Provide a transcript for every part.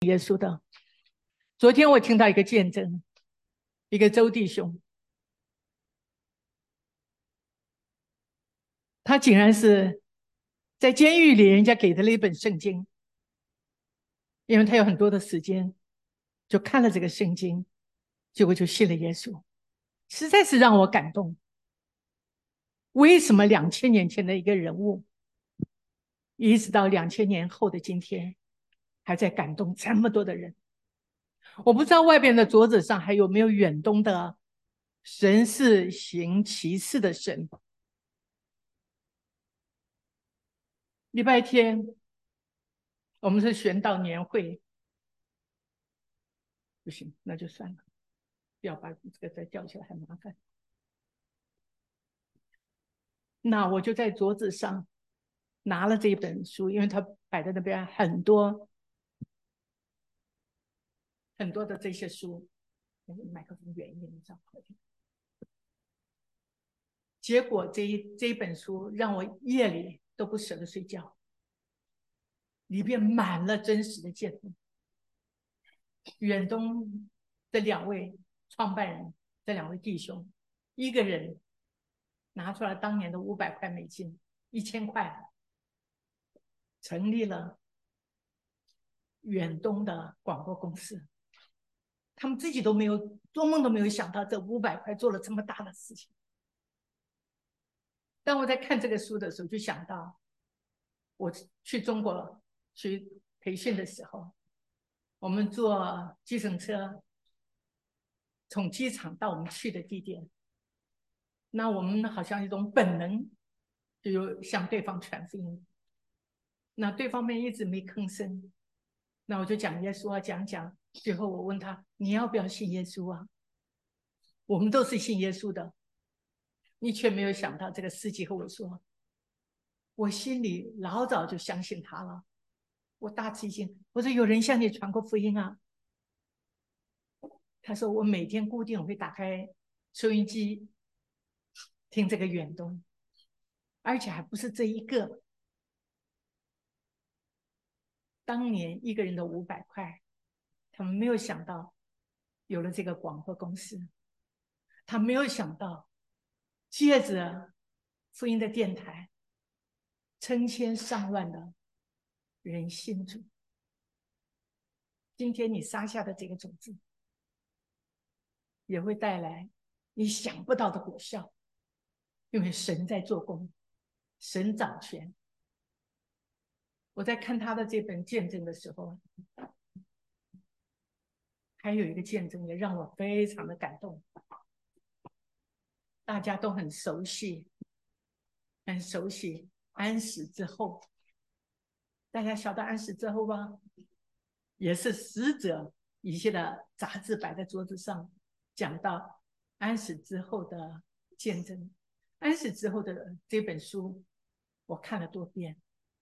耶稣的。昨天我听到一个见证，一个周弟兄，他竟然是在监狱里人家给的了一本圣经，因为他有很多的时间，就看了这个圣经，结果就信了耶稣，实在是让我感动。为什么2000年前的一个人物，一直到2000年后的今天，还在感动这么多的人？我不知道外边的桌子上还有没有远东的神是行其事的神。礼拜天我们是宣道年会，不行，那就算了，不要把这个再吊起来，很麻烦。那我就在桌子上拿了这一本书，因为它摆在那边很多很多的这些书，麦克风远一点，你这样好一点。结果这一本书让我夜里都不舍得睡觉，里边满了真实的见证。远东的两位创办人，这两位弟兄，一个人拿出来当年的$500，1000块，成立了远东的广播公司。他们自己都没有做梦都没有想到，这500块做了这么大的事情。当我在看这个书的时候，就想到我去中国去培训的时候，我们坐计程车从机场到我们去的地点，那我们好像一种本能，就有向对方传福音。那对方们一直没吭声，那我就讲耶稣啊，讲。最后我问他：“你要不要信耶稣啊？”我们都是信耶稣的，你却没有想到这个司机和我说：“我心里老早就相信他了。”我大吃一惊，我说：“有人向你传过福音啊？”他说：“我每天固定会打开收音机听这个远东，而且还不是这一个。当年一个人的500块，他们没有想到有了这个广播公司，他没有想到借着福音的电台，成千上万的人信主。今天你撒下的这个种子，也会带来你想不到的果效，因为神在做工，神掌权。”我在看他的这本见证的时候，还有一个见证也让我非常的感动。大家都很熟悉，很熟悉安息之后。大家晓得安息之后吗？也是死者一些的杂志摆在桌子上，讲到安息之后的见证。安息之后的这本书，我看了多遍。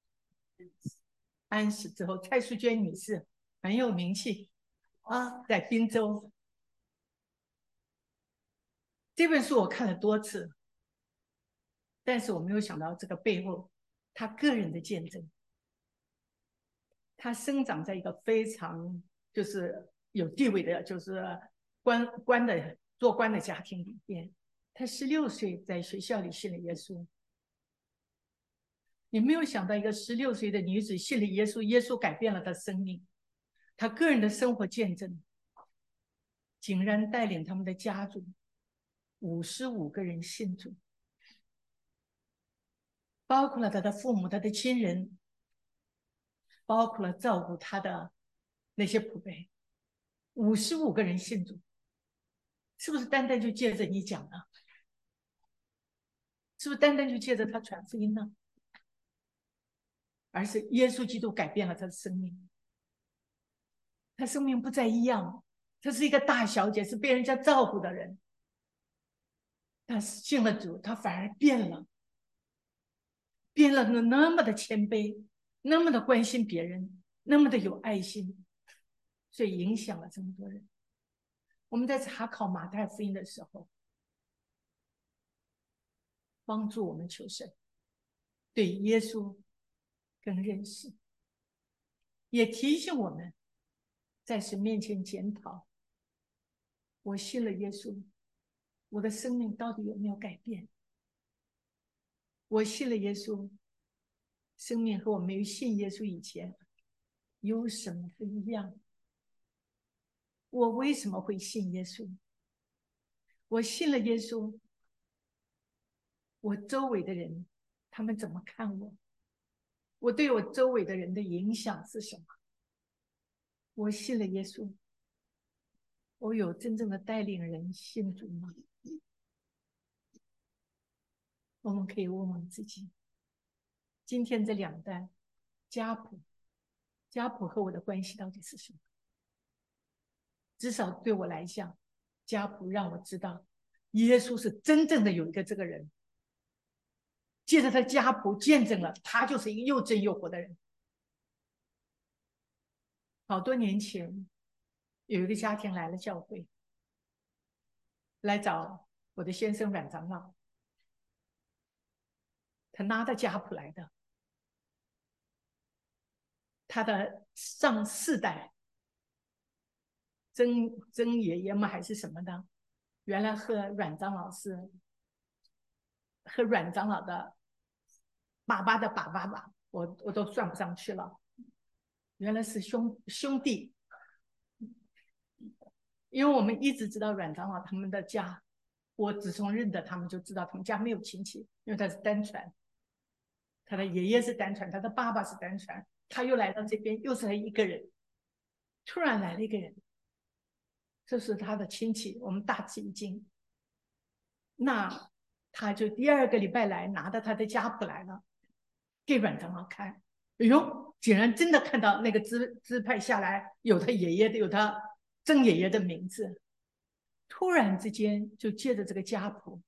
安息之后，蔡淑娟女士很有名气啊，在滨州。这本书我看了多次，但是我没有想到这个背后他个人的见证。他生长在一个非常就是有地位的，就是做官的家庭里边。他16岁在学校里信了耶稣。你没有想到一个16岁的女子信了耶稣，耶稣改变了她生命。她个人的生活见证，竟然带领他们的家族55个人信主，包括了他的父母、他的亲人，包括了照顾他的那些仆辈，55个人信主。是不是单单就借着你讲呢？是不是单单就借着他传福音呢？而是耶稣基督改变了他的生命，他生命不再一样。她是一个大小姐，是被人家照顾的人。她信了主，她反而变了，变了那么的谦卑，那么的关心别人，那么的有爱心，所以影响了这么多人。我们在查考马太福音的时候，帮助我们求神对耶稣更认识，也提醒我们在神面前检讨，我信了耶稣，我的生命到底有没有改变？我信了耶稣，生命和我没有信耶稣以前有什么不一样？我为什么会信耶稣？我信了耶稣，我周围的人他们怎么看我？我对我周围的人的影响是什么？我信了耶稣，我有真正的带领人信主吗？我们可以问问自己，今天这两代家谱和我的关系到底是什么？至少对我来讲，家谱让我知道，耶稣是真正的有一个这个人，借着他家谱见证了他就是一个又真又活的人。好多年前，有一个家庭来了教会，来找我的先生阮长老，他拿着家谱来的，他的上四代曾爷爷嘛还是什么的，原来和阮长老和阮长老的爸爸的爸爸吧，我都算不上去了，原来是兄弟。因为我们一直知道阮长老他们的家，我自从认得他们就知道他们家没有亲戚，因为他是单传，他的爷爷是单传，他的爸爸是单传，他又来到这边，又是他一个人，突然来了一个人，这是他的亲戚，我们大吃一惊。那他就第二个礼拜来，拿着他的家谱来了，给阮长老看。哎呦，竟然真的看到那个支派下来有他爷爷的，有他曾爷爷的名字。突然之间就借着这个家谱，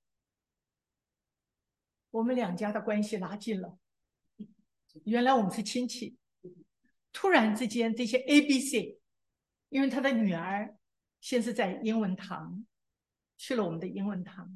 我们两家的关系拉近了。原来我们是亲戚。突然之间，这些 ABC， 因为他的女儿先是在英文堂去了我们的英文堂，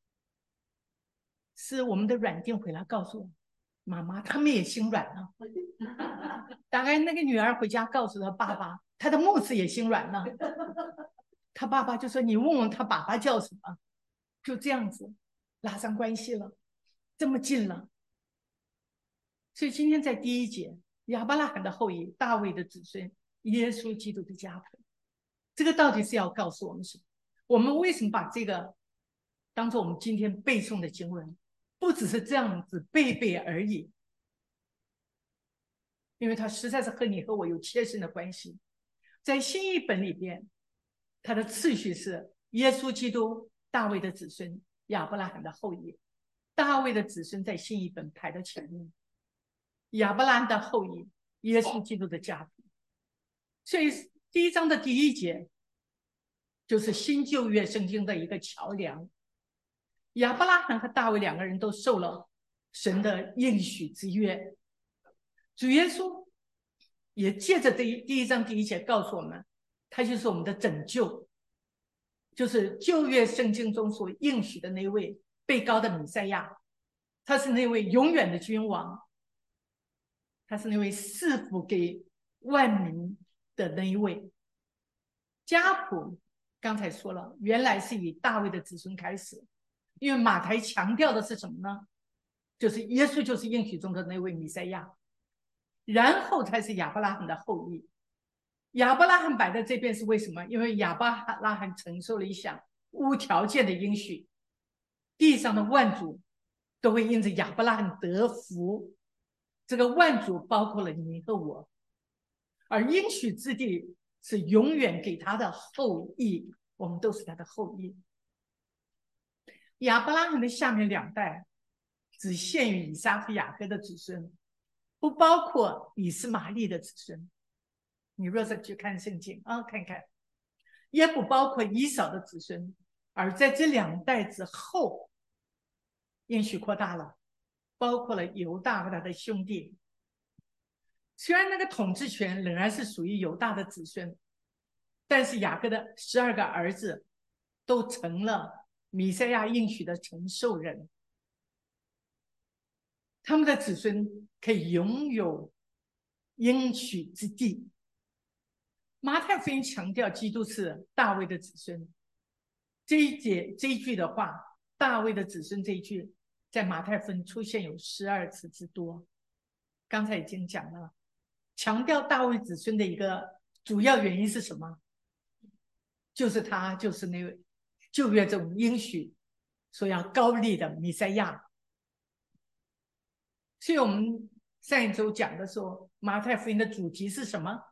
是我们的阮定回来告诉我，妈妈他们也姓阮了。大概那个女儿回家告诉他爸爸，他的牧师也姓阮了。他爸爸就说：“你问问他爸爸叫什么。”就这样子拉上关系了，这么近了。所以今天在第一节，亚伯拉罕的后裔，大卫的子孙，耶稣基督的家谱，这个到底是要告诉我们什么？我们为什么把这个当做我们今天背诵的经文？不只是这样子背背而已，因为它实在是和你和我有切身的关系。在新译本里边，它的次序是耶稣基督、大卫的子孙、亚伯拉罕的后裔。大卫的子孙在新译本排到前面，亚伯拉罕的后裔，耶稣基督的家谱。所以第一章的第一节就是新旧约圣经的一个桥梁。亚伯拉罕和大卫两个人都受了神的应许之约，主耶稣也借着第一章第一节告诉我们，他就是我们的拯救，就是旧约圣经中所应许的那位被膏的弥赛亚，他是那位永远的君王，他是那位赐福给万民的那一位。家谱刚才说了，原来是以大卫的子孙开始，因为马太强调的是什么呢？就是耶稣就是应许中的那位弥赛亚，然后才是亚伯拉罕的后裔。亚伯拉罕摆在这边是为什么？因为亚伯拉罕承受了一项无条件的应许，地上的万族都会因着亚伯拉罕得福，这个万族包括了你和我，而应许之地是永远给他的后裔，我们都是他的后裔。亚伯拉罕的下面两代只限于以撒和雅各的子孙，不包括以斯玛利的子孙。你若是去看圣经啊，看看，也不包括以扫的子孙。而在这两代之后，应许扩大了，包括了犹大和他的兄弟。虽然那个统治权仍然是属于犹大的子孙，但是雅各的12个儿子都成了弥赛亚应许的承受人，他们的子孙可以拥有应许之地。 马太福音强调基督是大卫的子孙，这一句的话，大卫的子孙这一句，在马太福音出现有12次之多。刚才已经讲了，强调大卫子孙的一个主要原因是什么？就是他就是那位旧约中应许所要高立的弥赛亚。所以我们上一周讲的时候，马太福音的主题是什么？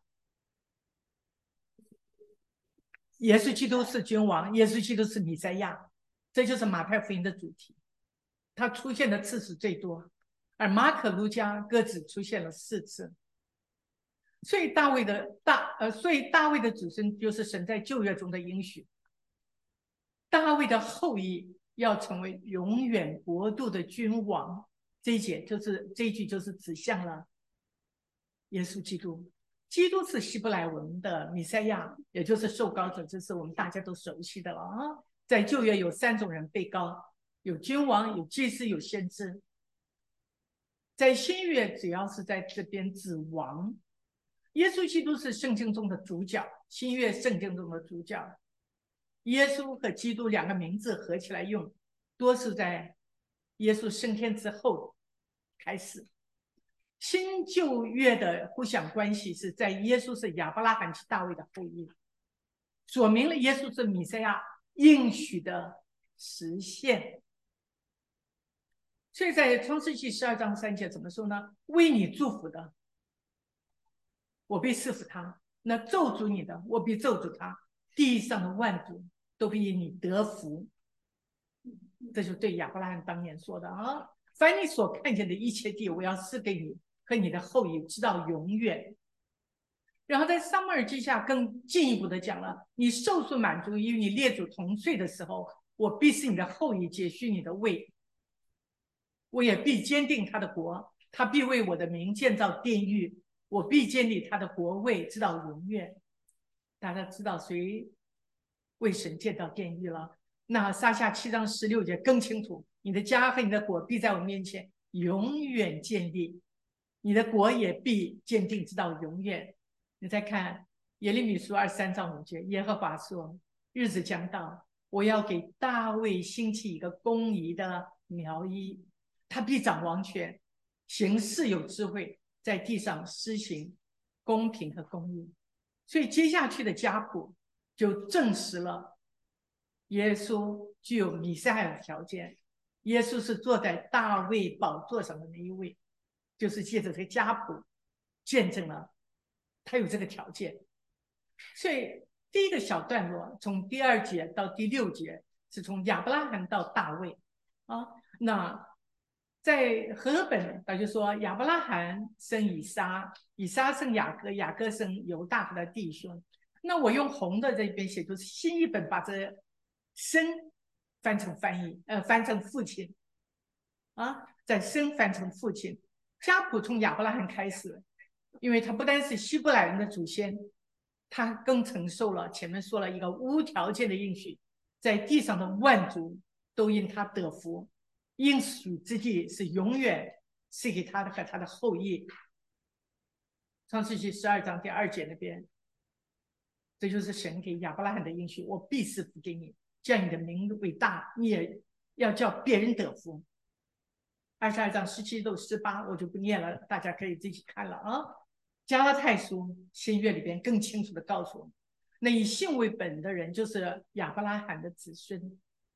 耶稣基督是君王，耶稣基督是弥赛亚，这就是马太福音的主题。它出现的次数最多，而马可、路加各自出现了4次。所以大卫的子孙就是神在旧约中的应许。大卫的后裔要成为永远国度的君王，这一句就是指向了耶稣基督。基督是希伯来文的弥赛亚，也就是受膏者，这是我们大家都熟悉的了啊。在旧约有3种人被膏，有君王，有祭司，有先知。在新约主要是在这边指王。耶稣基督是圣经中的主角，新约圣经中的主角。耶稣和基督2个名字合起来用，多是在耶稣升天之后开始。新旧约的互相关系是在耶稣是亚伯拉罕及大卫的后裔，说明了耶稣是弥赛亚应许的实现。所以在创世纪12章3节怎么说呢？为你祝福的，我必赐福他；那咒诅你的，我必咒诅他。地上的万族都必因你得福。这就对亚伯拉罕当年说的啊！凡你所看见的一切地，我要赐给你和你的后裔，直到永远。然后在撒母耳记下更进一步的讲了：你寿数满足，与你列祖同岁的时候，我必使你的后裔接续你的位，我也必坚定他的国，他必为我的名建造殿宇，我必建立他的国位，直到永远。大家知道谁为神建造殿宇了？那撒下7章16节更清楚：你的家和你的国必在我面前永远建立，你的国也必坚定直到永远。你再看耶利米书23章5节，耶和华说：日子将到，我要给大卫兴起一个公义的苗裔，他必掌王权，行事有智慧，在地上施行公平和公义。所以接下去的家谱就证实了耶稣具有弥赛亚的条件。耶稣是坐在大卫宝座上的那一位，就是借着这个家谱见证了他有这个条件。所以第一个小段落从第2节到第6节是从亚伯拉罕到大卫啊。那在和本他就说亚伯拉罕生以撒，以撒生雅各，雅各生犹大和他弟兄。那我用红的这边写，就是新译本把这生翻成父亲啊，在生翻成父亲。家谱从亚伯拉罕开始，因为他不单是希伯来人的祖先，他更承受了前面说了一个无条件的应许，在地上的万族都因他得福，应许之地是永远赐给他的和他的后裔。创世纪12章第2节那边，这就是神给亚伯拉罕的应许：我必赐福给你，叫你的名伟大，你也要叫别人得福。22章17到18我就不念了，大家可以自己看了啊。加拉太书新约里边更清楚的告诉我们，那以信为本的人就是亚伯拉罕的子孙，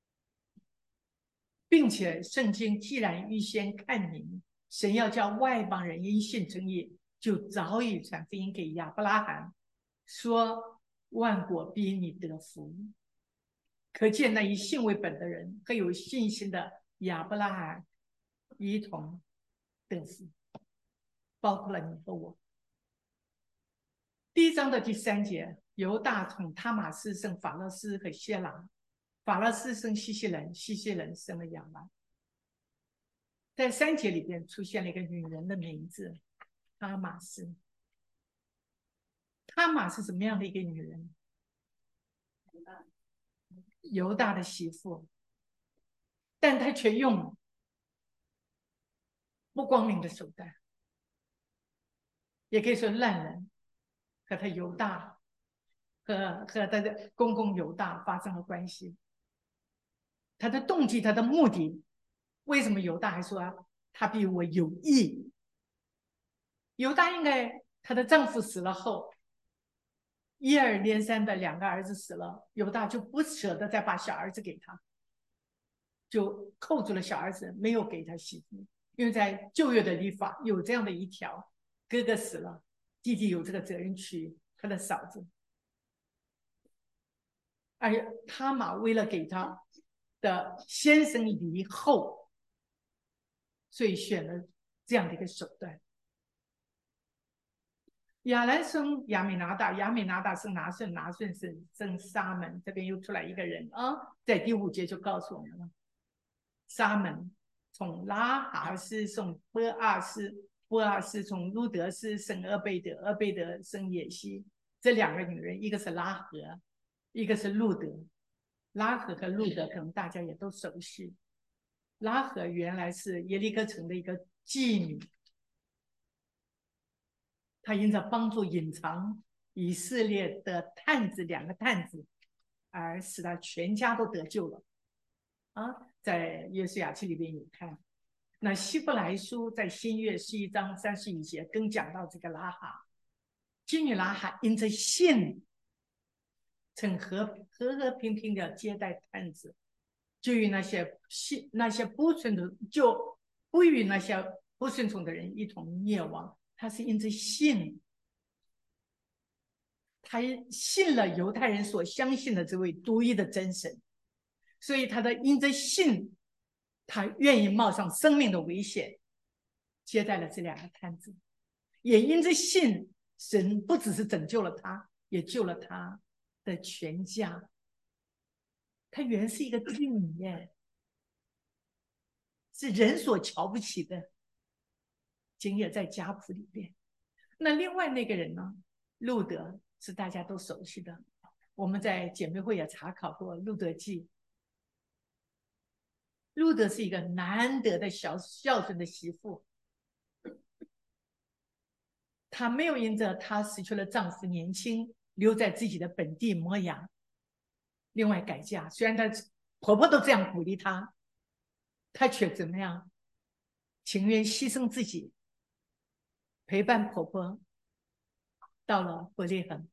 并且圣经既然预先看明神要叫外邦人因信称义，就早已传福音给亚伯拉罕，说万国必因你得福。可见那以信为本的人和有信心的亚伯拉罕一同得福，包括了你和我。第1章的第3节，犹大从他玛斯生法勒斯和谢朗，法勒斯生希西人，希西人生了亚兰。在3节里边出现了一个女人的名字，他玛斯。他玛是什么样的一个女人？犹大的媳妇，但她却用不光明的手段，也可以说烂人，和他犹大和他的公公犹大发生了关系。他的动机，他的目的，为什么犹大还说他比我有义？犹大应该她的丈夫死了后，一二连三的2个儿子死了，犹大就不舍得再把小儿子给他，就扣住了小儿子，没有给他媳妇。因为在旧约的律法有这样的一条，哥哥死了，弟弟有这个责任娶他的嫂子。而他玛为了给他的先生离后，所以选了这样的一个手段。亚兰生亚美拿大，亚美拿大生拿顺，拿顺生沙门。这边又出来一个人啊，在第5节就告诉我们了。沙门从拉哈斯生波阿斯，波阿斯从路德斯生俄贝德，俄贝德生耶西。这2个女人，一个是拉合，一个是路德。拉合和路德可能大家也都熟悉。拉合原来是耶利哥城的一个妓女，她因着帮助隐藏以色列的探子2个探子，而使他全家都得救了。在约书亚记里边有看。那希伯来书在新约11章31节更讲到这个拉哈，妓女拉哈因着信，曾和平平的接待探子，就与那些不顺从，就不与那些不顺从的人一同灭亡。他是因着信，他信了犹太人所相信的这位独一的真神，所以他的因着信，他愿意冒上生命的危险，接待了这2个探子。也因着信，神不只是拯救了他，也救了他的全家。他原是一个妓女耶，是人所瞧不起的，今也在家谱里边。那另外那个人呢，路德是大家都熟悉的，我们在姐妹会也查考过路德记。路德是一个难得的孝顺的媳妇，她没有因着她失去了丈夫年轻，留在自己的本地摩押，另外改嫁。虽然她婆婆都这样鼓励她，她却怎么样，情愿牺牲自己，陪伴婆婆到了伯利恒。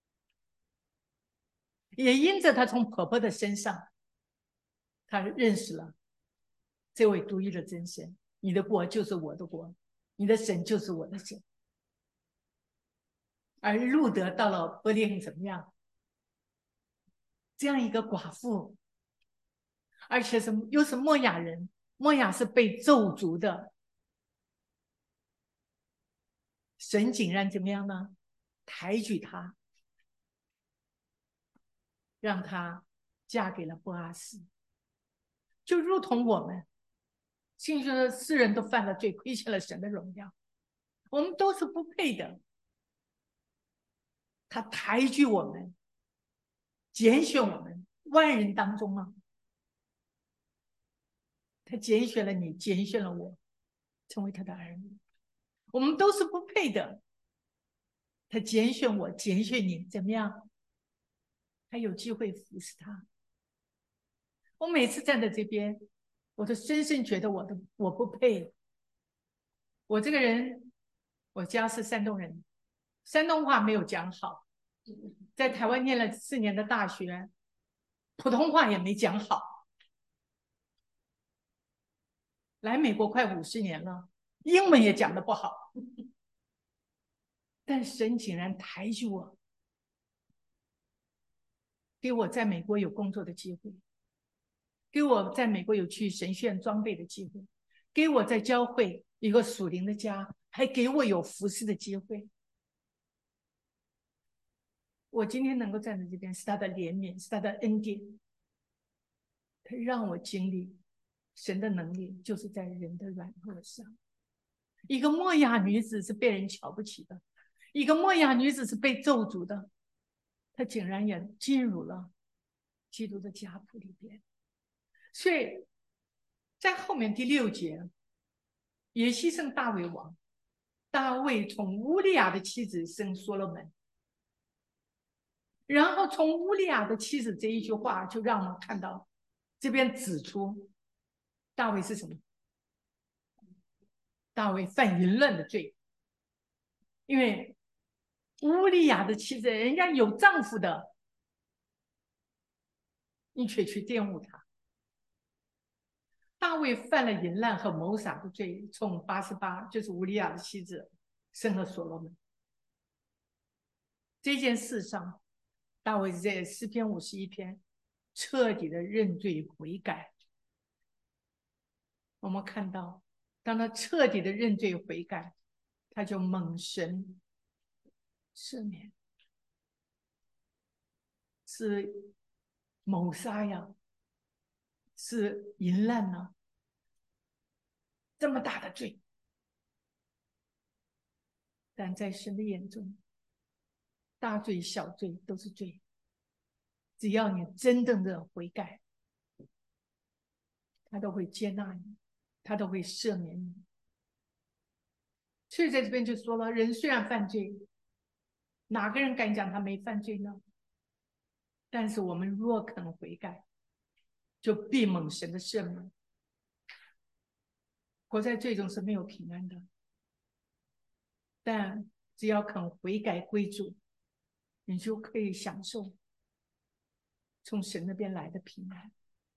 也因着她从婆婆的身上，她认识了这位独一的真神，你的国就是我的国，你的神就是我的神。而路德到了伯利恒怎么样？这样一个寡妇，而且又是摩押人，摩押是被咒诅的，神竟然怎么样呢？抬举她，让她嫁给了波阿斯。就如同我们信主的世人都犯了罪，亏欠了神的荣耀，我们都是不配的。他抬举我们，拣选我们万人当中啊，他拣选了你，拣选了我，成为他的儿女。我们都是不配的，他拣选我，拣选你，怎么样？还有机会服侍他。我每次站在这边，我都深深觉得我不配。我这个人，我家是山东人，山东话没有讲好，在台湾念了4年的大学，普通话也没讲好。来美国快50年了，英文也讲得不好，但神竟然抬举我，给我在美国有工作的机会，给我在美国有去神学院装备的机会，给我在教会一个属灵的家，还给我有服侍的机会。我今天能够站在这边，是他的怜悯，是他的恩典，他让我经历神的能力，就是在人的软弱上。一个摩押女子是被人瞧不起的，一个摩押女子是被咒诅的，她竟然也进入了基督的家谱里边。所以在后面第6节，也牺牲大卫王，大卫从乌利亚的妻子生所罗门。 然后从乌利亚的妻子这一句话，就让我们看到，这边指出大卫是什么？大卫犯淫乱的罪，因为乌利亚的妻子，人家有丈夫的，你却去玷污他。大卫犯了淫乱和谋杀的罪，从88就是乌利亚的妻子生了所罗门。这件事上，大卫在诗篇51篇彻底的认罪悔改。我们看到，当他彻底的认罪悔改，他就蒙神赦免。是谋杀呀，是淫乱呢，这么大的罪，但在神的眼中，大罪小罪都是罪。只要你真正的悔改，他都会接纳你，他都会赦免你。所以在这边就说了，人虽然犯罪，哪个人敢讲他没犯罪呢？但是我们若肯悔改，就必蒙神的赦免。活在罪中是没有平安的，但只要肯悔改归主，你就可以享受从神那边来的平安。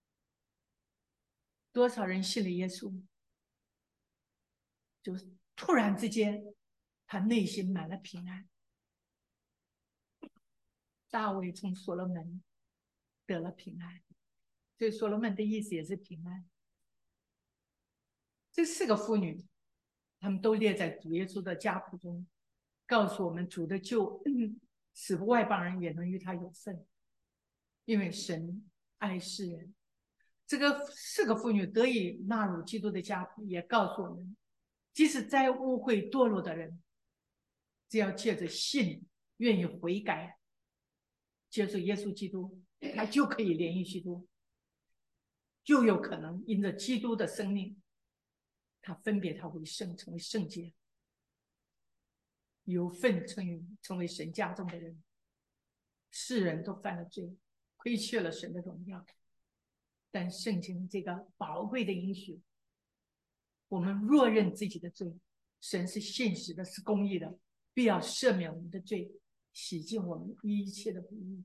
多少人信了耶稣，就突然之间他内心满了平安。大卫从所罗门得了平安，所以所罗门的意思也是平安。这4个妇女，他们都列在主耶稣的家谱中，告诉我们主的救恩使外邦人也能与他有份，因为神爱世人。这个4个妇女得以纳入基督的家谱，也告诉我们，即使再污秽堕落的人，只要借着信，愿意悔改，接受耶稣基督，他就可以连于基督，就有可能因着基督的生命，他分别他为圣，成为圣洁，有份成为神家中的人。世人都犯了罪，亏缺了神的荣耀，但圣经这个宝贵的应许，我们若认自己的罪，神是信实的，是公义的，必要赦免我们的罪，洗净我们一切的不义。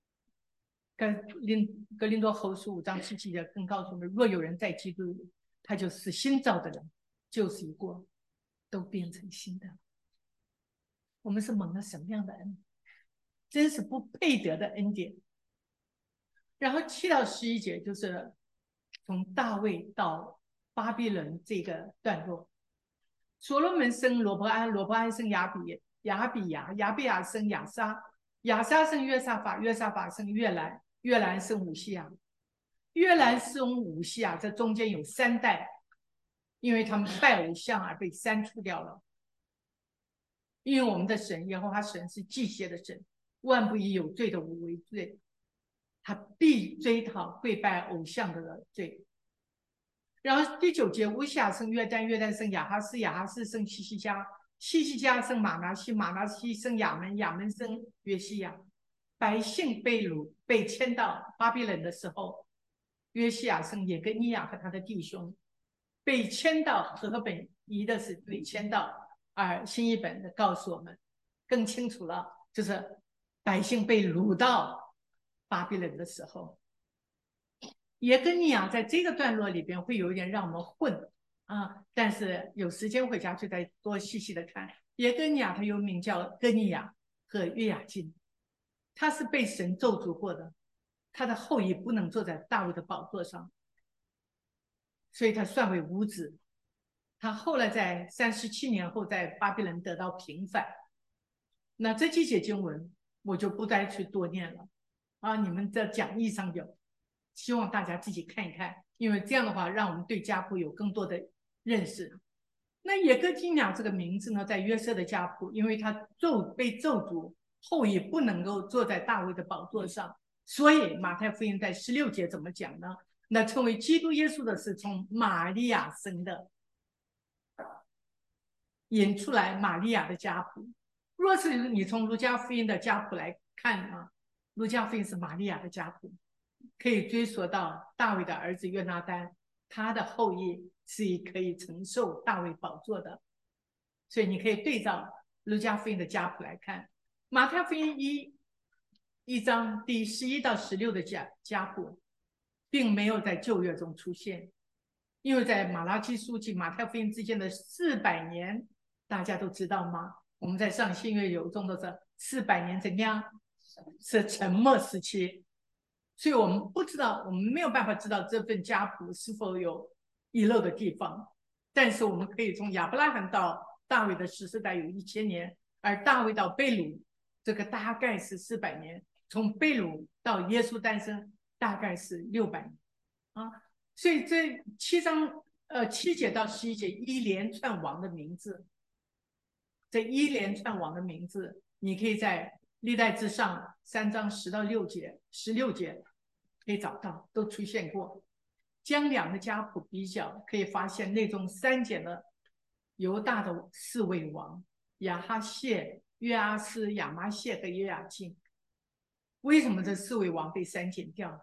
格林多后书5章17节更告诉我们，若有人在基督里，他就是新造的人，旧事已过，都变成新的。我们是蒙了什么样的恩？真是不配得的恩典。然后7到11节就是从大卫到巴比伦这个段落。所罗门生罗伯安，罗伯安生亚比亚，亚比亚生亚撒，亚撒生约沙法，约沙法生约兰，约兰生乌西亚，约兰生乌西亚。这中间有3代，因为他们拜偶像而被删除掉了。因为我们的神耶和华神是忌邪的神，万不以有罪的无为罪，他必追讨跪拜偶像的罪。然后第9节，乌西亚生约旦，约旦生亚哈斯，亚哈斯生希西家，希西家生马拿西，马拿西生亚门，亚门生约西亚。百姓被掳被迁到巴比伦的时候，约西亚生耶跟尼亚和他的弟兄，被迁到河本夷的是被迁到，而新译本的告诉我们更清楚了，就是百姓被掳到巴比伦的时候。耶跟尼亚在这个段落里边会有一点让我们混啊，但是有时间回家就再多细细的看。耶跟尼亚他有名叫哥尼亚和约雅斤，他是被神咒诅过的，他的后裔不能坐在大卫的宝座上，所以他算为无子。他后来在37年后在巴比伦得到平反。那这几节经文我就不再去多念了啊，你们在讲义上有，希望大家自己看一看，因为这样的话让我们对家谱有更多的认识。那耶哥金雅这个名字呢，在约瑟的家谱，因为他被咒诅，后裔不能够坐在大卫的宝座上，所以马太福音在16节怎么讲呢？那成为基督耶稣的是从玛利亚生的，引出来玛利亚的家谱。若是你从路加福音的家谱来看呢， 路加福音是玛利亚的家谱，可以追溯到大卫的儿子约拿单，他的后裔是可以承受大卫宝座的。所以你可以对照路加福音的家谱来看。马太福音一章第11到16的家谱，并没有在旧约中出现，因为在马拉基书及马太福音之间的400年，大家都知道吗？我们在上新约有中的是400年怎样？是沉默时期，所以我们不知道，我们没有办法知道这份家谱是否有遗漏的地方。但是我们可以从亚伯拉罕到大卫的世代有1000年，而大卫到贝鲁这个大概是400年，从贝鲁到耶稣诞生大概是600年啊。所以这7节到11节一连串王的名字，这一连串王的名字，你可以在历代志上3章10到16节可以找到，都出现过。将两个家谱比较，可以发现内中删减了犹大的4位王：亚哈谢、约阿斯、亚玛谢和约雅敬。为什么这4位王被删减掉？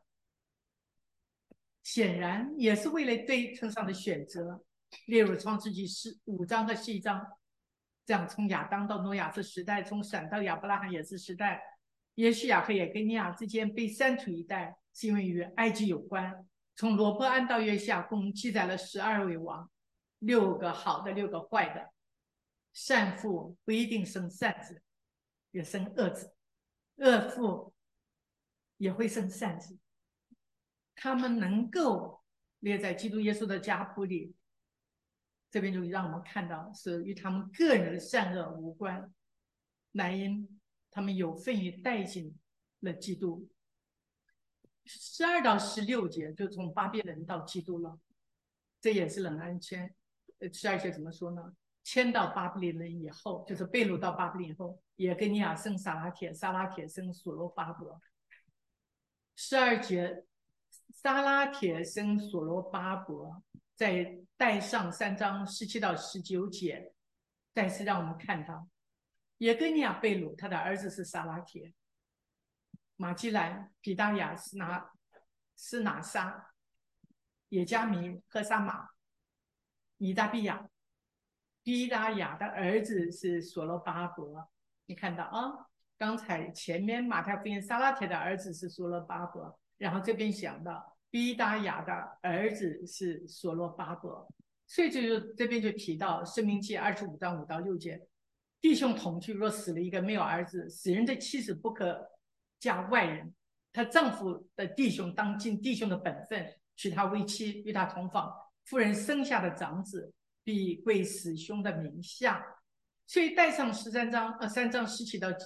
显然也是为了对称上的选择。例如创世纪5章和11章，这样从亚当到挪亚是时代，从闪到亚伯拉罕也是时代。约书亚和耶跟尼亚之间被删除一代，是因为与埃及有关。从罗伯安到约西亚共记载了12位王，6个好的，6个坏的。善父不一定生善子，也生恶子；恶父也会生善子。他们能够列在基督耶稣的家谱里，这边就让我们看到是与他们个人的善恶无关，乃因他们有份于带进了基督。12到16节就从巴比伦到基督了，这也是冷安圈。12节怎么说呢？迁到巴比伦以后，就是被掳到巴比伦以后，耶跟尼亚生撒拉铁，撒拉铁生所罗巴伯。12节，撒拉铁生所罗巴伯，在带上3章17到19节，再次让我们看到耶跟尼亚被掳，他的儿子是撒拉铁。马基兰、皮大雅、斯拿沙、也加米、赫沙马、尼大比亚。皮大雅的儿子是所罗巴伯，你看到啊？刚才前面马太福音撒拉铁的儿子是所罗巴伯，然后这边讲到皮大雅的儿子是所罗巴伯，所以这边就提到申命记25章5到6节，弟兄同居，若死了一个没有儿子，死人的妻子不可嫁外人，她丈夫的弟兄当尽弟兄的本分，娶她为妻，与她同房。妇人生下的长子必归死兄的名下。所以带上3章17到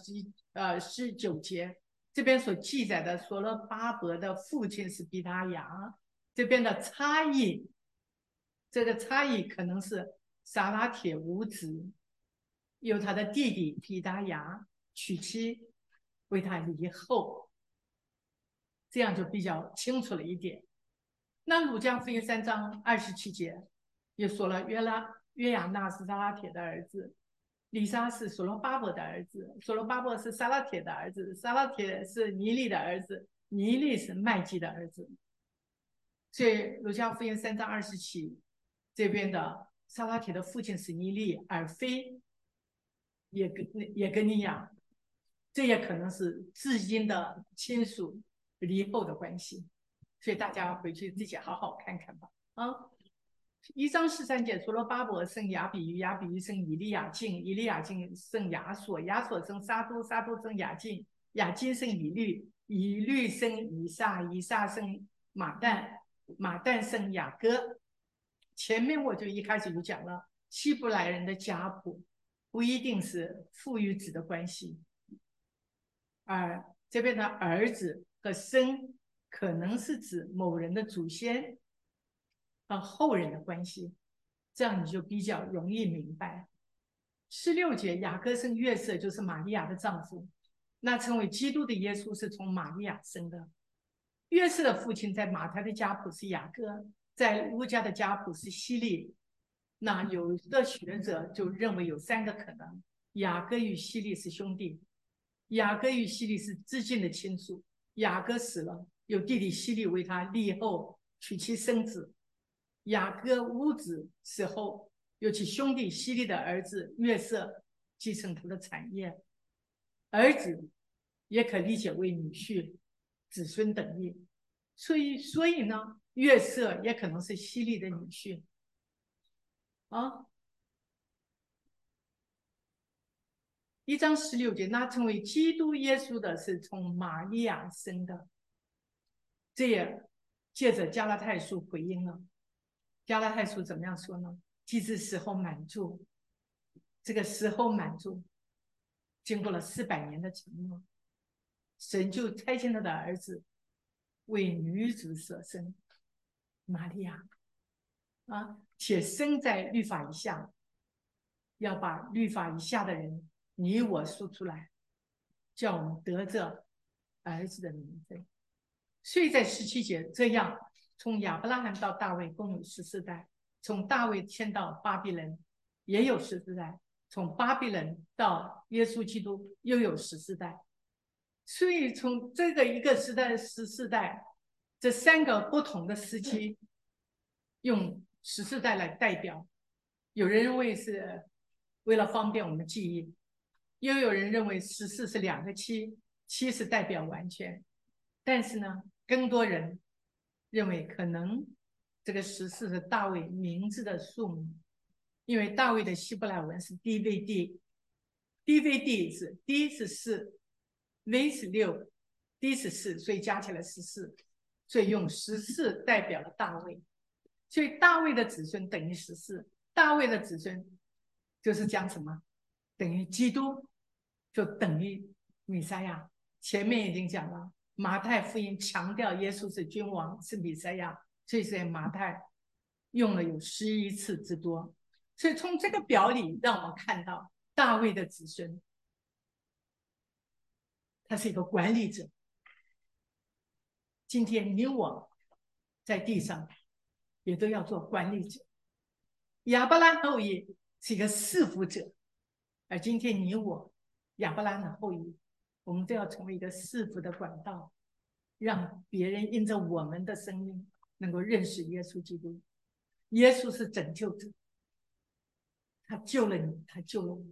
19节，这边所记载的所罗巴伯的父亲是比达雅，这边的差异，这个差异可能是撒拉铁无子，由他的弟弟比达雅娶妻，为他立后，这样就比较清楚了一点。那鲁加福音3章27节也说了约亚纳是撒拉铁的儿子，利沙是所罗巴伯的儿子，所罗巴伯是撒拉铁的儿子，撒拉铁是尼利的儿子，尼利是麦基的儿子。所以鲁加福音3章27这边的撒拉铁的父亲是尼利，而非也跟尼亚，这也可能是至今的亲属离后的关系。所以大家回去自己好好看看吧。1章13节，所罗巴伯生亚比亚比生以利亚敬，以利亚敬生亚所，亚所生沙都，沙都生亚敬，亚敬生以律，以律生以撒，以撒生马旦，马旦生雅各。前面我就一开始就讲了，希伯来人的家谱不一定是父与子的关系，而这边的儿子和生可能是指某人的祖先和后人的关系，这样你就比较容易明白。16节，雅各生约瑟，就是玛利亚的丈夫，那成为基督的耶稣是从玛利亚生的。约瑟的父亲在马太的家谱是雅各，在路加的家谱是希利。那有的学者就认为有3个可能，雅各与希利是兄弟， 雅各与希利是至近的亲属，雅各死了，有弟弟希利为他立后，娶妻生子。雅各无子死后，有其兄弟希利的儿子约瑟继承他的产业。儿子也可理解为女婿、子孙等意，所以呢，约瑟也可能是希利的女婿啊。1章16节，那成为基督耶稣的是从玛利亚生的，这也借着加拉太书回应了。加拉太书怎么样说呢？既至时候满足，这个时候满足，经过了400年的承诺，神就差遣他的儿子为女子所生，玛利亚啊，且生在律法以下，要把律法以下的人你我赎出来，叫我们得着儿子的名分。所以在17节这样，从亚伯拉罕到大卫共有14代，从大卫迁到巴比伦也有14代，从巴比伦到耶稣基督又有14代。所以从这个一个时代的14代，这3个不同的时期，用14代来代表。有人认为是为了方便我们记忆，又有人认为14是2个7，7是代表完全。但是呢，更多人认为可能这个14是大卫名字的数目，因为大卫的希伯来文是 DVD 是 D 是4，V 是6，D 是4，所以加起来14，所以用14代表了大卫。所以大卫的子孙等于14，大卫的子孙就是讲什么？等于基督，就等于弥赛亚。前面已经讲了，马太福音强调耶稣是君王，是弥赛亚，所以在马太用了有11次之多。所以从这个表里让我们看到大卫的子孙，他是一个管理者。今天你我在地上也都要做管理者。亚伯拉后裔是一个赐福者，而今天你我亚伯拉的后裔，我们都要成为一个赐福的管道，让别人因着我们的生命能够认识耶稣基督。耶稣是拯救者，他救了你，他救了我，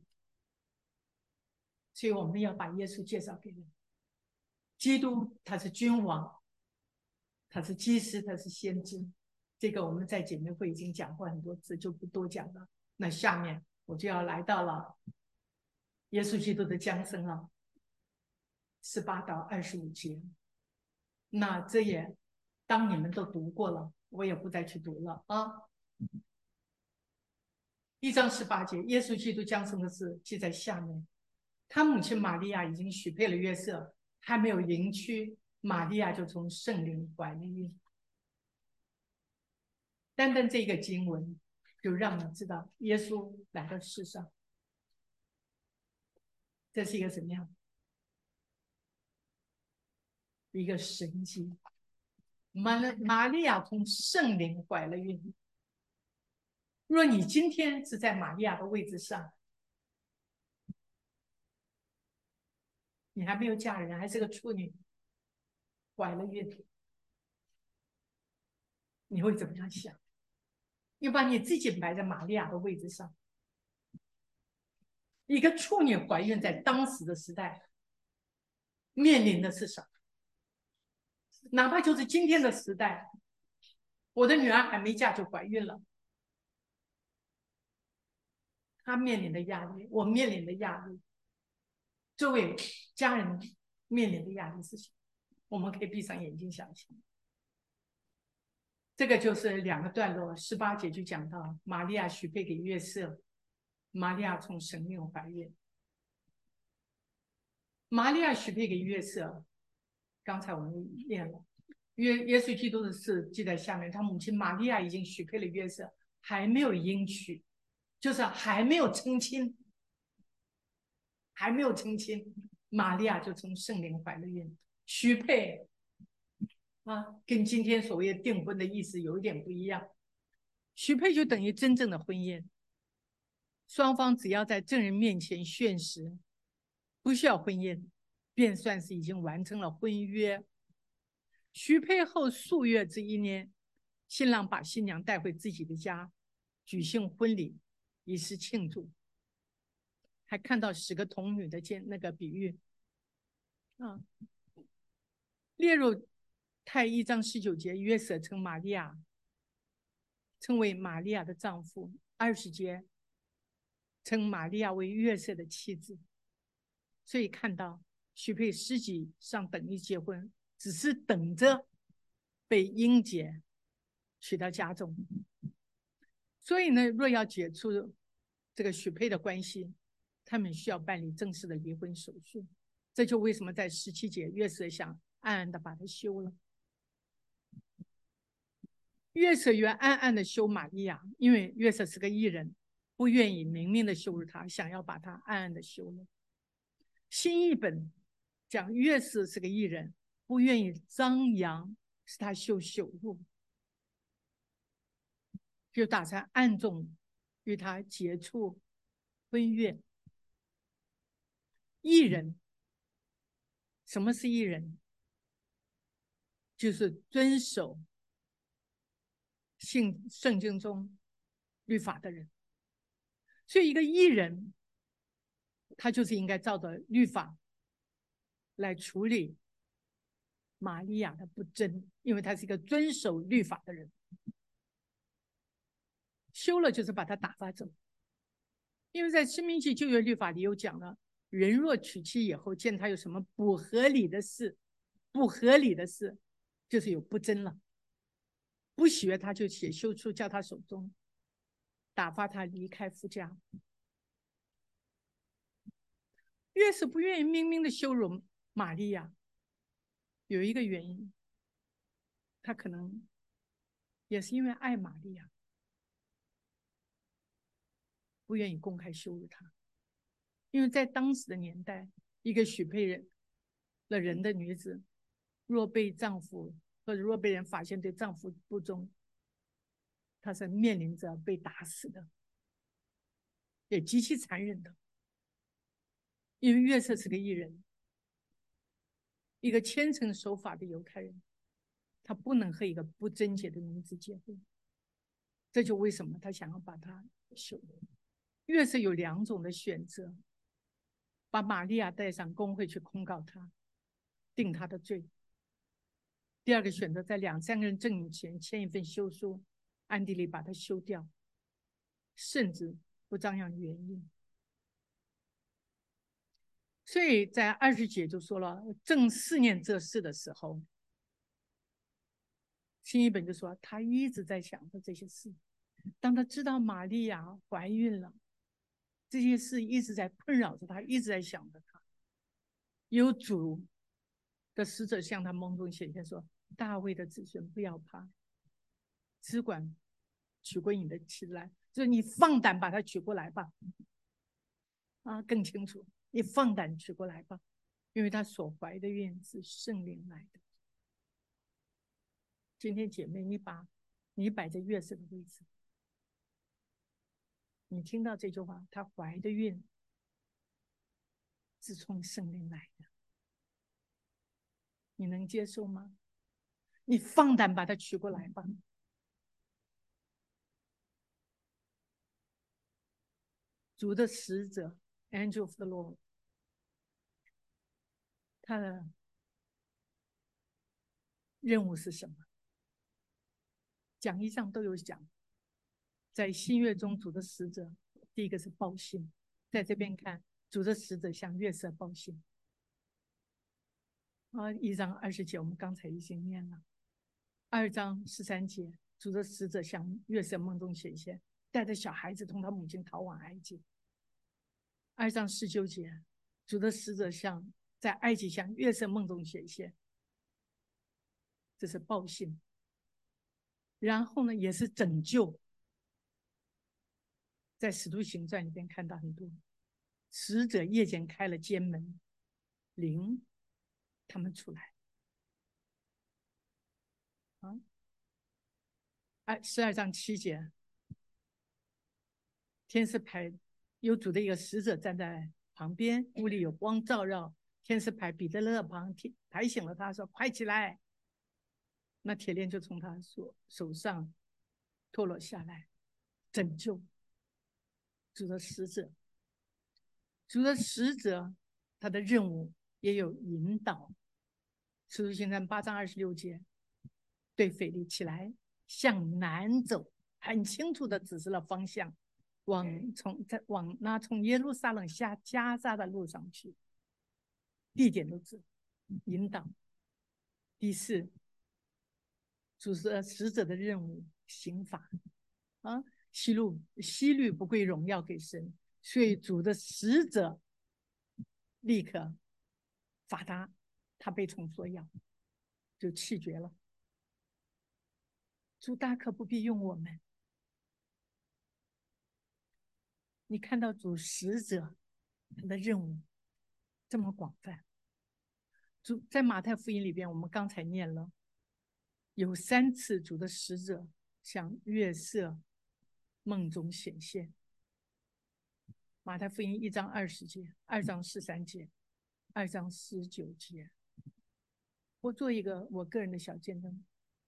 所以我们要把耶稣介绍给人。基督他是君王，他是祭司，他是先知，这个我们在姐妹会已经讲过很多次，就不多讲了。那下面我就要来到了耶稣基督的降生了，18到25节。那这也当你们都读过了，我也不再去读了啊。1章18节，耶稣基督降生的事记在下面。他母亲玛利亚已经许配了约瑟，还没有迎娶，玛利亚就从圣灵怀了孕。单单这个经文就让我们知道耶稣来到世上，这是一个什么样？一个神迹。玛利亚从圣灵怀了孕。若你今天是在玛利亚的位置上，你还没有嫁人，还是个处女，怀了孕，你会怎么样想？你把你自己摆在玛利亚的位置上，一个处女怀孕在当时的时代面临的是什么？哪怕就是今天的时代，我的女儿还没嫁就怀孕了，她面临的压力，我面临的压力，周围家人面临的压力是什么？我们可以闭上眼睛想想。这个就是2个段落，18节就讲到玛利亚许配给约瑟，玛利亚从神灵怀孕。玛利亚许配给约瑟，刚才我们念了，耶稣基督的事记在下面。他母亲玛利亚已经许配了约瑟，还没有迎娶，就是还没有成亲，还没有成亲，玛利亚就从圣灵怀了孕。许配啊，跟今天所谓的订婚的意思有一点不一样。许配就等于真正的婚宴，双方只要在证人面前宣誓，不需要婚宴， 便算是已经完成了婚约。许配后数月之一年，新郎把新娘带回自己的家，举行婚礼，以示庆祝。还看到10个童女的那个比喻啊，列入太1章19节，约瑟称玛利亚，称为玛利亚的丈夫。20节称玛利亚为约瑟的妻子。所以看到许配实际上等于结婚，只是等着被英姐娶到家中。所以呢，若要解除这个许配的关系，他们需要办理正式的离婚手续。这就为什么在17节约瑟想暗暗的把它休了。约瑟原暗暗的休玛利亚，因为约瑟是个义人，不愿意明明的羞辱他，想要把他暗暗的休了。新译本讲约瑟是个义人，不愿意张扬，使他受羞辱，就打算暗中与他结束婚约。义人，什么是义人？就是遵守圣经中律法的人。所以一个义人，他就是应该照着律法来处理玛利亚的不贞，因为他是一个遵守律法的人。休了就是把他打发走，因为在申命记旧约律法里有讲了，人若娶妻以后见他有什么不合理的事，就是有不贞了，不喜悦他就写休书交他手中，打发他离开夫家。约瑟不愿意明明的羞辱玛利亚，有一个原因，他可能也是因为爱玛利亚，不愿意公开羞辱她。因为在当时的年代，一个许配了人的女子，若被丈夫或者若被人发现对丈夫不忠，她是面临着被打死的，也极其残忍的。因为约瑟是个义人，一个虔诚守法的犹太人，他不能和一个不贞洁的女子结婚。这就为什么他想要把她休了。约瑟有2种的选择：把玛利亚带上公会去控告她，定她的罪；第二个选择，在2、3个人证明前签一份休书，暗地里把她休掉，甚至不张扬原因。所以在20节就说了，正思念这事的时候，新译本就说他一直在想着这些事。当他知道玛利亚怀孕了，这些事一直在困扰着他，一直在想着他。有主的使者向他梦中显现说：“大卫的子孙，不要怕，只管娶过你的妻来，就是你放胆把她娶过来吧。”啊，更清楚，你放胆娶过来吧，因为她所怀的孕是圣灵来的。今天姐妹，你摆在约瑟的位置，你听到这句话，她怀的孕是从圣灵来的，你能接受吗？你放胆把她娶过来吧。主的使者 Angel of the Lord， 他的任务是什么？讲义上都有讲。在新约中，主的使者第一个是报信，在这边看，主的使者向约瑟报信。1章20节我们刚才已经念了。2章13节，主的使者向约瑟梦中显现，带着小孩子同他母亲逃往埃及。2章19节，主的使者在埃及向约瑟梦中显现，这是报信。然后呢，也是拯救。在使徒行传里边看到很多使者夜间开了监门，领他们出来。12章7节，天使派有主的一个使者站在旁边，屋里有光照耀， 天使拍彼得勒旁，拍醒了他，说：“快起来！”那铁链就从他手上脱落下来，拯救主的使者。主的使者，他的任务也有引导。使徒行传8章26节，对腓力起来，向南走，很清楚的指示了方向，往那从耶路撒冷下加沙的路上去，地点都指引导。第四，主的使者的任务刑罚啊，希律不归荣耀给神，所以主的使者立刻罚他被虫所咬，就气绝了。主大可不必用我们。你看到主使者他的任务这么广泛，主在马太福音里边，我们刚才念了，有3次主的使者向约瑟梦中显现。马太福音1章20节、2章13节、2章19节。我做一个我个人的小见证。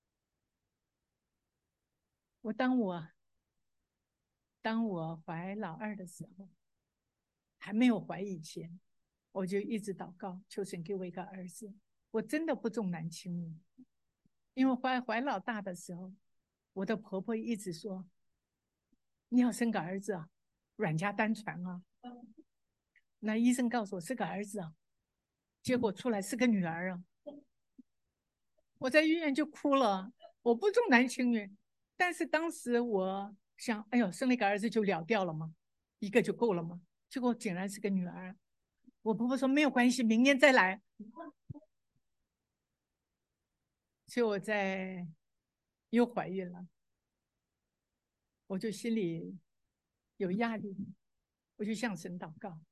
当我怀老二的时候，还没有怀以前，我就一直祷告，求神给我一个儿子。我真的不重男轻女，因为怀老大的时候，我的婆婆一直说：“你要生个儿子啊，阮家单传啊。”那医生告诉我是个儿子啊，结果出来是个女儿啊。我在医院就哭了。我不重男轻女，但是当时我想，哎呦，生了一个儿子就了掉了吗？一个就够了吗？结果竟然是个女儿。我婆婆说没有关系，明年再来。所以我又怀孕了，我就心里有压力，我就向神祷告。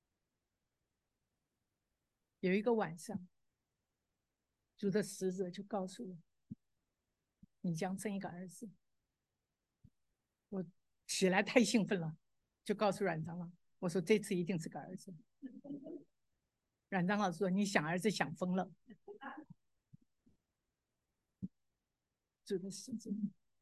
有一个晚上，主的使者就告诉我，你将生一个儿子。我起来太兴奋了，就告诉阮长老，我说这次一定是个儿子。阮长老说你想儿子想疯了。主的使者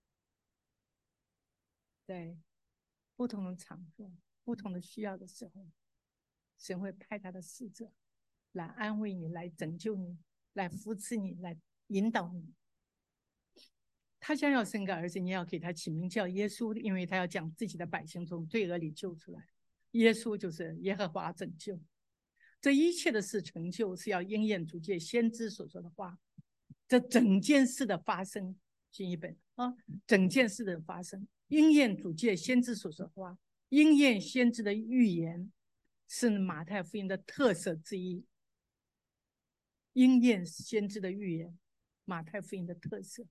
在不同的场合、不同的需要的时候，神会派他的使者来安慰你，来拯救你，来扶持你，来引导你。他将要生个儿子，你要给他起名叫耶稣，因为他要将自己的百姓从罪恶里救出来。耶稣就是耶和华拯救。这一切的事成就，是要应验主借先知所说的话。这整件事的发生，新一本啊，整件事的发生，应验主借先知所说的话，应验先知的预言，是马太福音的特色之一。应验先知的预言，马太福音的特色。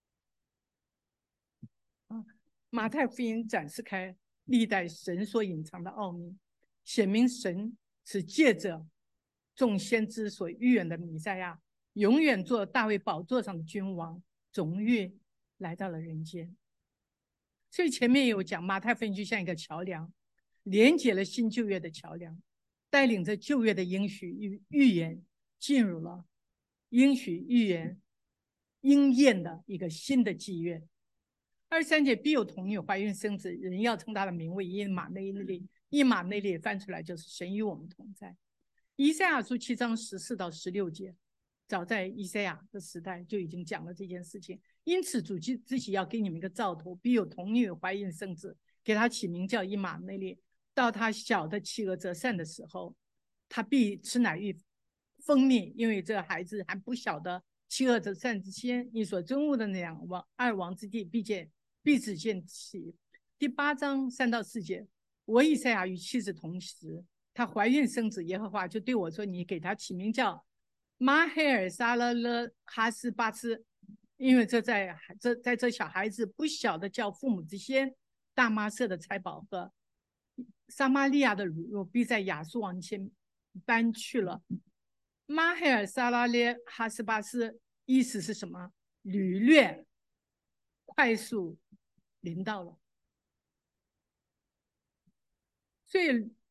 马太福音展示开历代神所隐藏的奥秘，显明神是借着众先知所预言的弥赛亚，永远做大卫宝座上的君王，终于来到了人间。所以前面有讲，马太福音就像一个桥梁，连接了新旧约的桥梁，带领着旧约的应许与预言，进入了应许预言应验的一个新的纪元。23节，必有童女怀孕生子，人要称他的名为以马内利。以马内利翻出来就是神与我们同在。以赛亚书7章14到16节，早在以赛亚的时代就已经讲了这件事情。因此主自己要给你们一个兆头，必有童女怀孕生子，给他起名叫以马内利。到他小的企鹅折扇的时候，他必吃奶与蜂蜜，因为这孩子还不晓得企鹅折扇之前，你所憎恶的二王之地必只见起。第8章3到4节，我以赛亚与妻子同时，她怀孕生子，耶和华就对我说：“你给他起名叫马黑尔沙勒勒哈斯巴斯，因为在这小孩子不晓得叫父母之先，大妈设的财宝和撒玛利亚的乳肉必在亚述王前搬去了。”马黑尔沙拉列哈斯巴斯意思是什么？掳掠快速临到了。所以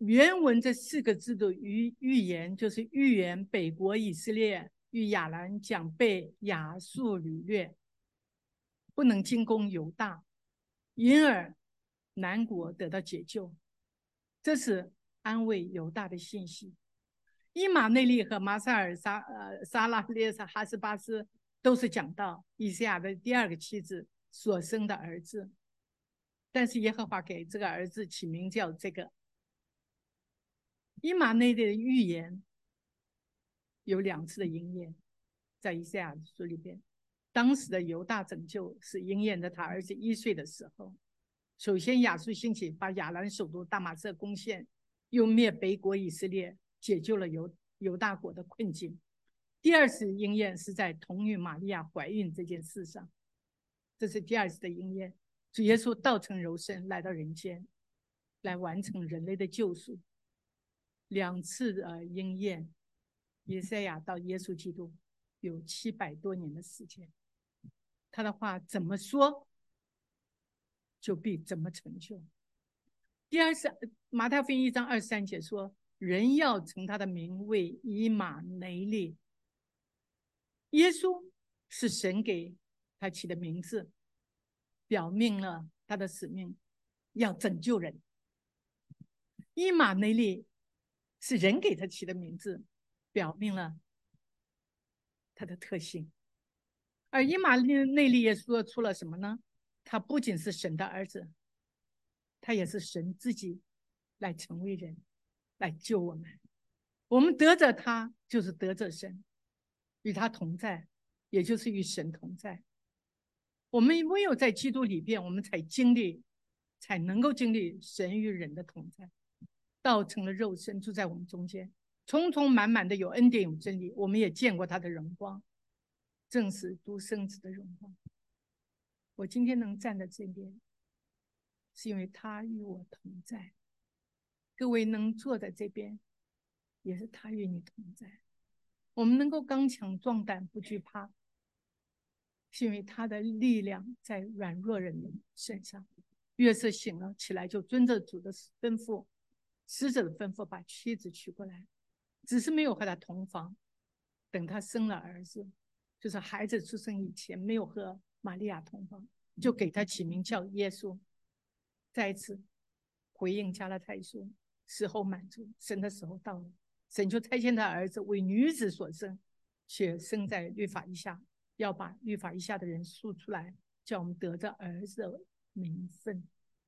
原文这4个字的预言，就是预言北国以色列与亚兰将被亚述掳掠，不能进攻犹大，因而南国得到解救。这是安慰犹大的信息。伊马内利和马萨尔沙拉列萨哈斯巴斯都是讲到以赛亚的第2个妻子所生的儿子，但是耶和华给这个儿子起名叫这个。伊马内利的预言有2次的应验，在以赛亚书里边。当时的犹大拯救是应验在他儿子1岁的时候。首先亚述兴起，把亚兰首都大马色攻陷，又灭北国以色列，解救了犹大国的困境。第2次应验是在童女玛利亚怀孕这件事上，这是第2次的应验。主耶稣道成肉身来到人间，来完成人类的救赎。2次的应验，以赛亚到耶稣基督有700多年的时间，他的话怎么说就必怎么成就。第2是马太福音1章23节说，人要称他的名为以马内利。耶稣是神给他起的名字，表明了他的使命，要拯救人。以马内利是人给他起的名字，表明了他的特性。而以马内利也说出了什么呢？他不仅是神的儿子，他也是神自己来成为人，来救我们。我们得着他，就是得着神，与他同在，也就是与神同在。我们唯有在基督里边，我们才能够经历神与人的同在，道成了肉身，住在我们中间，充充满满的有恩典有真理。我们也见过他的荣光，正是独生子的荣光。我今天能站在这边，是因为他与我同在。各位能坐在这边，也是他与你同在。我们能够刚强壮胆不惧怕，是因为他的力量在软弱人的身上。约瑟醒了起来，就遵着主的吩咐，使者的吩咐，把妻子娶过来，只是没有和他同房。等他生了儿子，就是孩子出生以前，没有和玛利亚同房，就给他起名叫耶稣。再一次回应加拉太书，时候满足，生的时候到了，神就差遣他儿子为女子所生，且生在律法以下，要把律法以下的人赎出来，叫我们得着儿子的名分。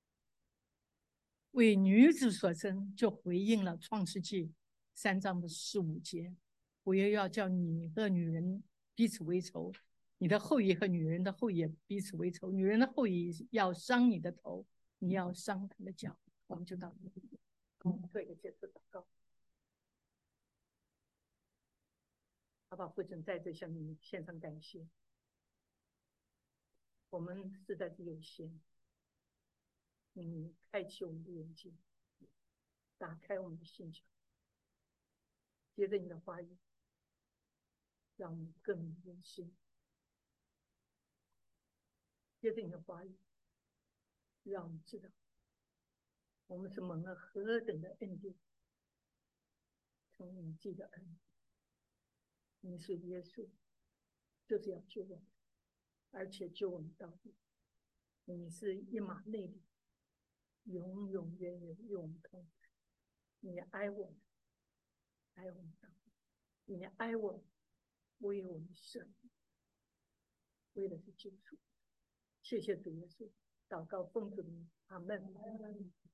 为女子所生，就回应了创世纪3章的15节，我也要叫你和女人彼此为仇，你的后裔和女人的后裔彼此为仇，女人的后裔要伤你的头，你要伤她的脚。我们就到这里，我们做一个结束祷告。好吧，父神在这向你献上感谢。我们实在是有限，你开启我们的眼睛，打开我们的心窍，接着你的话语，让我们更认识。接着你的话语，让我们知道我们是蒙了何等的恩典，从你记的恩。你是耶稣，就是要救我们，而且救我们到底。你是以马内利，永永远远与我们同在。你爱我们，爱我们到底。你爱我们，为我们舍命，为的是救赎。谢谢主耶稣，祷告奉主名，阿门。